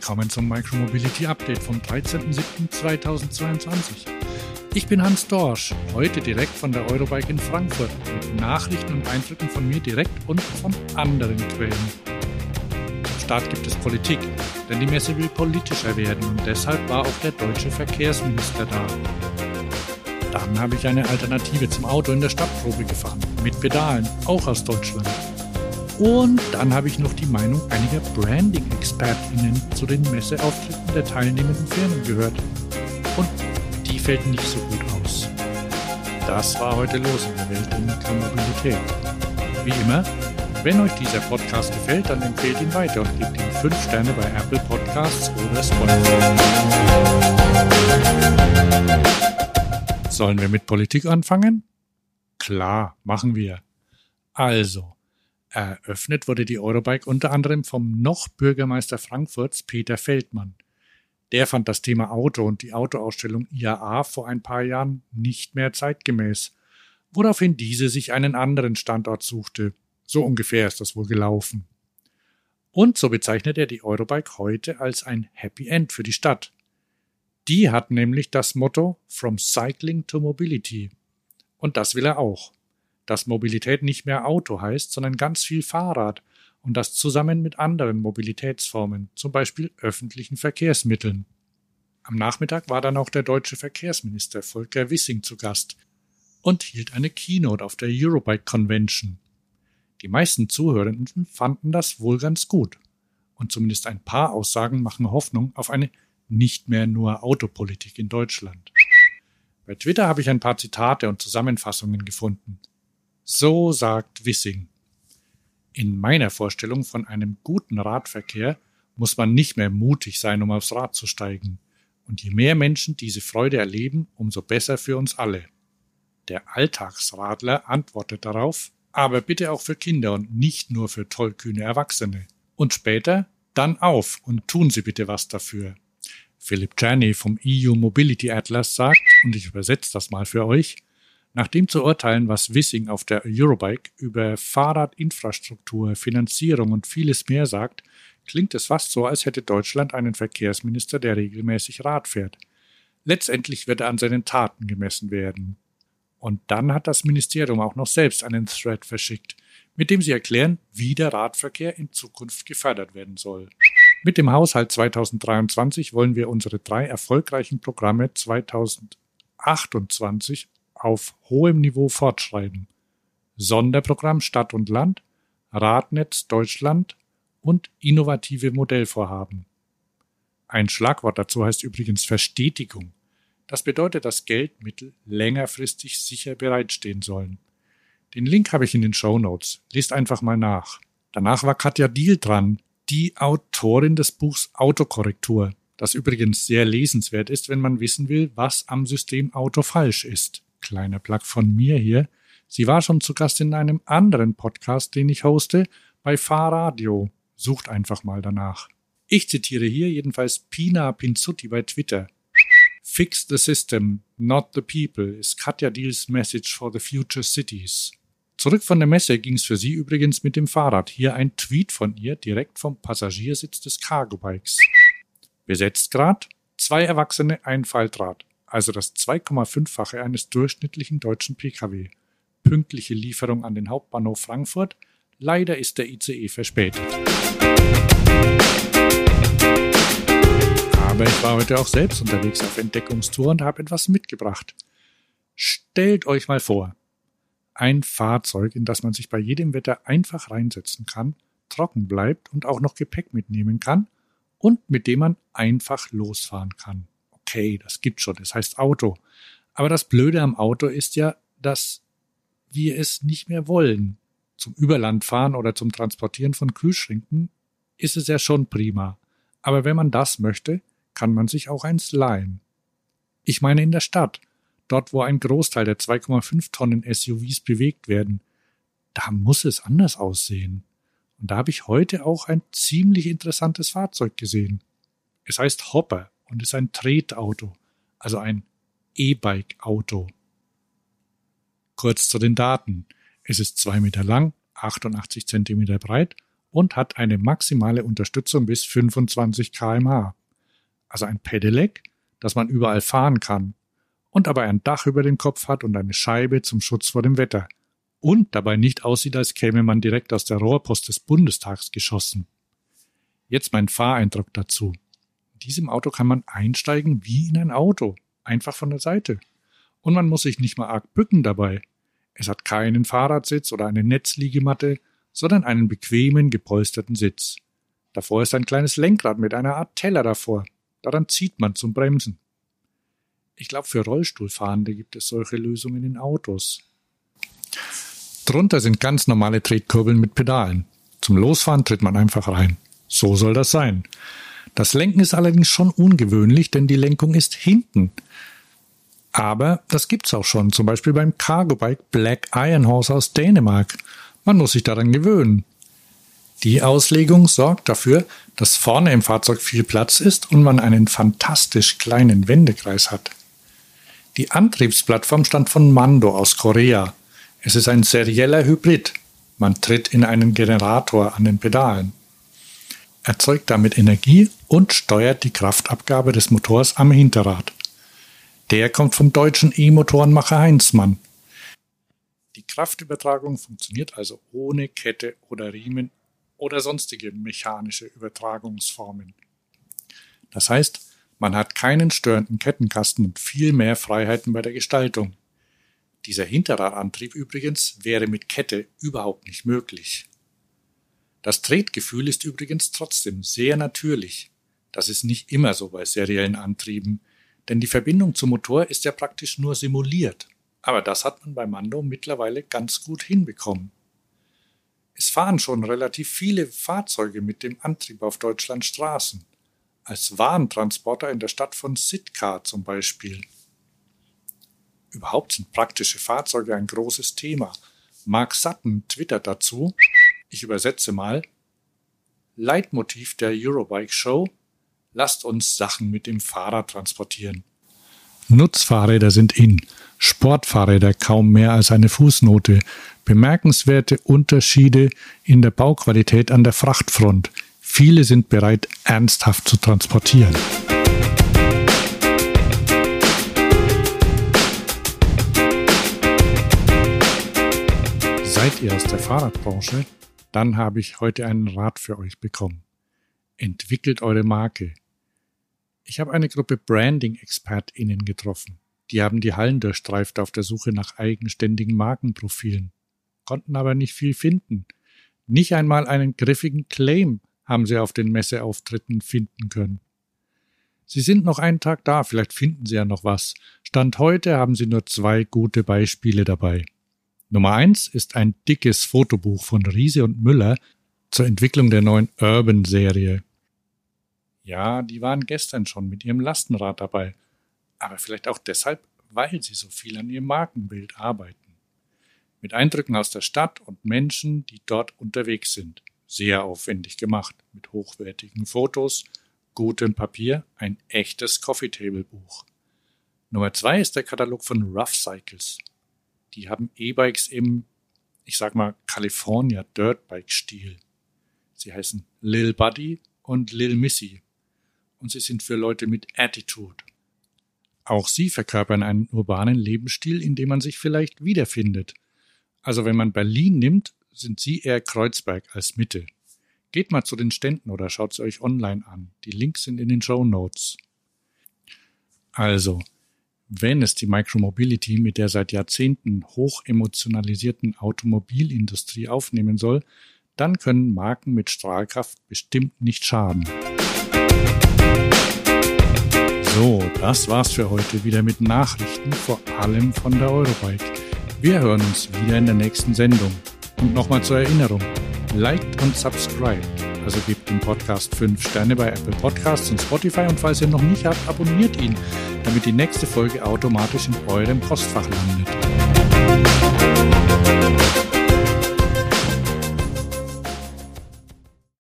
Willkommen zum Micromobility Update vom 13.07.2022. Ich bin Hans Dorsch, heute direkt von der Eurobike in Frankfurt mit Nachrichten und Eindrücken von mir direkt und von anderen Quellen. Zum Start gibt es Politik, denn die Messe will politischer werden und deshalb war auch der deutsche Verkehrsminister da. Dann habe ich eine Alternative zum Auto in der Stadtprobe gefahren, mit Pedalen, auch aus Deutschland. Und dann habe ich noch die Meinung einiger Branding-ExpertInnen zu den Messeauftritten der teilnehmenden Firmen gehört. Und die fällt nicht so gut aus. Das war heute los in der Welt der Mikromobilität. Wie immer, wenn euch dieser Podcast gefällt, dann empfehlt ihn weiter und gebt ihm 5 Sterne bei Apple Podcasts oder Spotify. Sollen wir mit Politik anfangen? Klar, machen wir. Also, eröffnet wurde die Eurobike unter anderem vom noch Bürgermeister Frankfurts Peter Feldmann. Der fand das Thema Auto und die Autoausstellung IAA vor ein paar Jahren nicht mehr zeitgemäß, woraufhin diese sich einen anderen Standort suchte. So ungefähr ist das wohl gelaufen. Und so bezeichnet er die Eurobike heute als ein Happy End für die Stadt. Die hat nämlich das Motto From Cycling to Mobility. Und das will er auch. Dass Mobilität nicht mehr Auto heißt, sondern ganz viel Fahrrad und das zusammen mit anderen Mobilitätsformen, zum Beispiel öffentlichen Verkehrsmitteln. Am Nachmittag war dann auch der deutsche Verkehrsminister Volker Wissing zu Gast und hielt eine Keynote auf der Eurobike Convention. Die meisten Zuhörenden fanden das wohl ganz gut und zumindest ein paar Aussagen machen Hoffnung auf eine nicht mehr nur Autopolitik in Deutschland. Bei Twitter habe ich ein paar Zitate und Zusammenfassungen gefunden. So sagt Wissing: In meiner Vorstellung von einem guten Radverkehr muss man nicht mehr mutig sein, um aufs Rad zu steigen. Und je mehr Menschen diese Freude erleben, umso besser für uns alle. Der Alltagsradler antwortet darauf, aber bitte auch für Kinder und nicht nur für tollkühne Erwachsene. Und später, dann auf und tun Sie bitte was dafür. Philipp Czerny vom EU Mobility Atlas sagt, und ich übersetze das mal für euch: Nach dem zu urteilen, was Wissing auf der Eurobike über Fahrradinfrastruktur, Finanzierung und vieles mehr sagt, klingt es fast so, als hätte Deutschland einen Verkehrsminister, der regelmäßig Rad fährt. Letztendlich wird er an seinen Taten gemessen werden. Und dann hat das Ministerium auch noch selbst einen Thread verschickt, mit dem sie erklären, wie der Radverkehr in Zukunft gefördert werden soll. Mit dem Haushalt 2023 wollen wir unsere 3 erfolgreichen Programme 2028 auf hohem Niveau fortschreiben. Sonderprogramm Stadt und Land, Radnetz Deutschland und innovative Modellvorhaben. Ein Schlagwort dazu heißt übrigens Verstetigung. Das bedeutet, dass Geldmittel längerfristig sicher bereitstehen sollen. Den Link habe ich in den Shownotes. Lest einfach mal nach. Danach war Katja Diehl dran, die Autorin des Buchs Autokorrektur, das übrigens sehr lesenswert ist, wenn man wissen will, was am System Auto falsch ist. Kleiner Plug von mir hier. Sie war schon zu Gast in einem anderen Podcast, den ich hoste, bei Fahrradio. Sucht einfach mal danach. Ich zitiere hier jedenfalls Pina Pinzutti bei Twitter. Fix the system, not the people, is Katja Diehls message for the future cities. Zurück von der Messe ging es für sie übrigens mit dem Fahrrad. Hier ein Tweet von ihr direkt vom Passagiersitz des Cargo-Bikes. Besetzt grad, 2 Erwachsene, ein Faltrad. Also das 2,5-fache eines durchschnittlichen deutschen Pkw. Pünktliche Lieferung an den Hauptbahnhof Frankfurt. Leider ist der ICE verspätet. Aber ich war heute auch selbst unterwegs auf Entdeckungstour und habe etwas mitgebracht. Stellt euch mal vor, ein Fahrzeug, in das man sich bei jedem Wetter einfach reinsetzen kann, trocken bleibt und auch noch Gepäck mitnehmen kann und mit dem man einfach losfahren kann. Okay, das gibt's schon, das heißt Auto. Aber das Blöde am Auto ist ja, dass wir es nicht mehr wollen. Zum Überlandfahren oder zum Transportieren von Kühlschränken ist es ja schon prima. Aber wenn man das möchte, kann man sich auch eins leihen. Ich meine in der Stadt, dort wo ein Großteil der 2,5 Tonnen SUVs bewegt werden. Da muss es anders aussehen. Und da habe ich heute auch ein ziemlich interessantes Fahrzeug gesehen. Es heißt Hopper und ist ein Tretauto, also ein E-Bike-Auto. Kurz zu den Daten. Es ist 2 Meter lang, 88 Zentimeter breit und hat eine maximale Unterstützung bis 25 km/h. Also ein Pedelec, das man überall fahren kann und aber ein Dach über dem Kopf hat und eine Scheibe zum Schutz vor dem Wetter und dabei nicht aussieht, als käme man direkt aus der Rohrpost des Bundestags geschossen. Jetzt mein Fahreindruck dazu. In diesem Auto kann man einsteigen wie in ein Auto, einfach von der Seite. Und man muss sich nicht mal arg bücken dabei. Es hat keinen Fahrradsitz oder eine Netzliegematte, sondern einen bequemen, gepolsterten Sitz. Davor ist ein kleines Lenkrad mit einer Art Teller davor. Daran zieht man zum Bremsen. Ich glaube, für Rollstuhlfahrende gibt es solche Lösungen in Autos. Drunter sind ganz normale Tretkurbeln mit Pedalen. Zum Losfahren tritt man einfach rein. So soll das sein. Das Lenken ist allerdings schon ungewöhnlich, denn die Lenkung ist hinten. Aber das gibt's auch schon, zum Beispiel beim Cargo-Bike Black Iron Horse aus Dänemark. Man muss sich daran gewöhnen. Die Auslegung sorgt dafür, dass vorne im Fahrzeug viel Platz ist und man einen fantastisch kleinen Wendekreis hat. Die Antriebsplattform stammt von Mando aus Korea. Es ist ein serieller Hybrid. Man tritt in einen Generator an den Pedalen, erzeugt damit Energie und steuert die Kraftabgabe des Motors am Hinterrad. Der kommt vom deutschen E-Motorenmacher Heinzmann. Die Kraftübertragung funktioniert also ohne Kette oder Riemen oder sonstige mechanische Übertragungsformen. Das heißt, man hat keinen störenden Kettenkasten und viel mehr Freiheiten bei der Gestaltung. Dieser Hinterradantrieb übrigens wäre mit Kette überhaupt nicht möglich. Das Tretgefühl ist übrigens trotzdem sehr natürlich. Das ist nicht immer so bei seriellen Antrieben, denn die Verbindung zum Motor ist ja praktisch nur simuliert. Aber das hat man bei Mando mittlerweile ganz gut hinbekommen. Es fahren schon relativ viele Fahrzeuge mit dem Antrieb auf Deutschlands Straßen. Als Warentransporter in der Stadt von Sitka zum Beispiel. Überhaupt sind praktische Fahrzeuge ein großes Thema. Mark Sutton twittert dazu, ich übersetze mal, Leitmotiv der Eurobike Show, lasst uns Sachen mit dem Fahrrad transportieren. Nutzfahrräder sind in, Sportfahrräder kaum mehr als eine Fußnote, bemerkenswerte Unterschiede in der Bauqualität an der Frachtfront. Viele sind bereit, ernsthaft zu transportieren. Seid ihr aus der Fahrradbranche? Dann habe ich heute einen Rat für euch bekommen. Entwickelt eure Marke. Ich habe eine Gruppe Branding-ExpertInnen getroffen. Die haben die Hallen durchstreift auf der Suche nach eigenständigen Markenprofilen, konnten aber nicht viel finden. Nicht einmal einen griffigen Claim haben sie auf den Messeauftritten finden können. Sie sind noch einen Tag da, vielleicht finden sie ja noch was. Stand heute haben sie nur 2 gute Beispiele dabei. Nummer 1 ist ein dickes Fotobuch von Riese und Müller zur Entwicklung der neuen Urban-Serie. Ja, die waren gestern schon mit ihrem Lastenrad dabei, aber vielleicht auch deshalb, weil sie so viel an ihrem Markenbild arbeiten. Mit Eindrücken aus der Stadt und Menschen, die dort unterwegs sind. Sehr aufwendig gemacht, mit hochwertigen Fotos, gutem Papier, ein echtes Coffee-Table-Buch. Nummer 2 ist der Katalog von Rough Cycles. Die haben E-Bikes im, ich sag mal, California Dirtbike-Stil. Sie heißen Lil Buddy und Lil Missy. Und sie sind für Leute mit Attitude. Auch sie verkörpern einen urbanen Lebensstil, in dem man sich vielleicht wiederfindet. Also wenn man Berlin nimmt, sind sie eher Kreuzberg als Mitte. Geht mal zu den Ständen oder schaut sie euch online an. Die Links sind in den Shownotes. Also, wenn es die Micromobility mit der seit Jahrzehnten hoch emotionalisierten Automobilindustrie aufnehmen soll, dann können Marken mit Strahlkraft bestimmt nicht schaden. So, das war's für heute wieder mit Nachrichten, vor allem von der Eurobike. Wir hören uns wieder in der nächsten Sendung. Und nochmal zur Erinnerung, liked und subscribed. Also gebt dem Podcast 5 Sterne bei Apple Podcasts und Spotify und falls ihr noch nicht habt, abonniert ihn, damit die nächste Folge automatisch in eurem Postfach landet.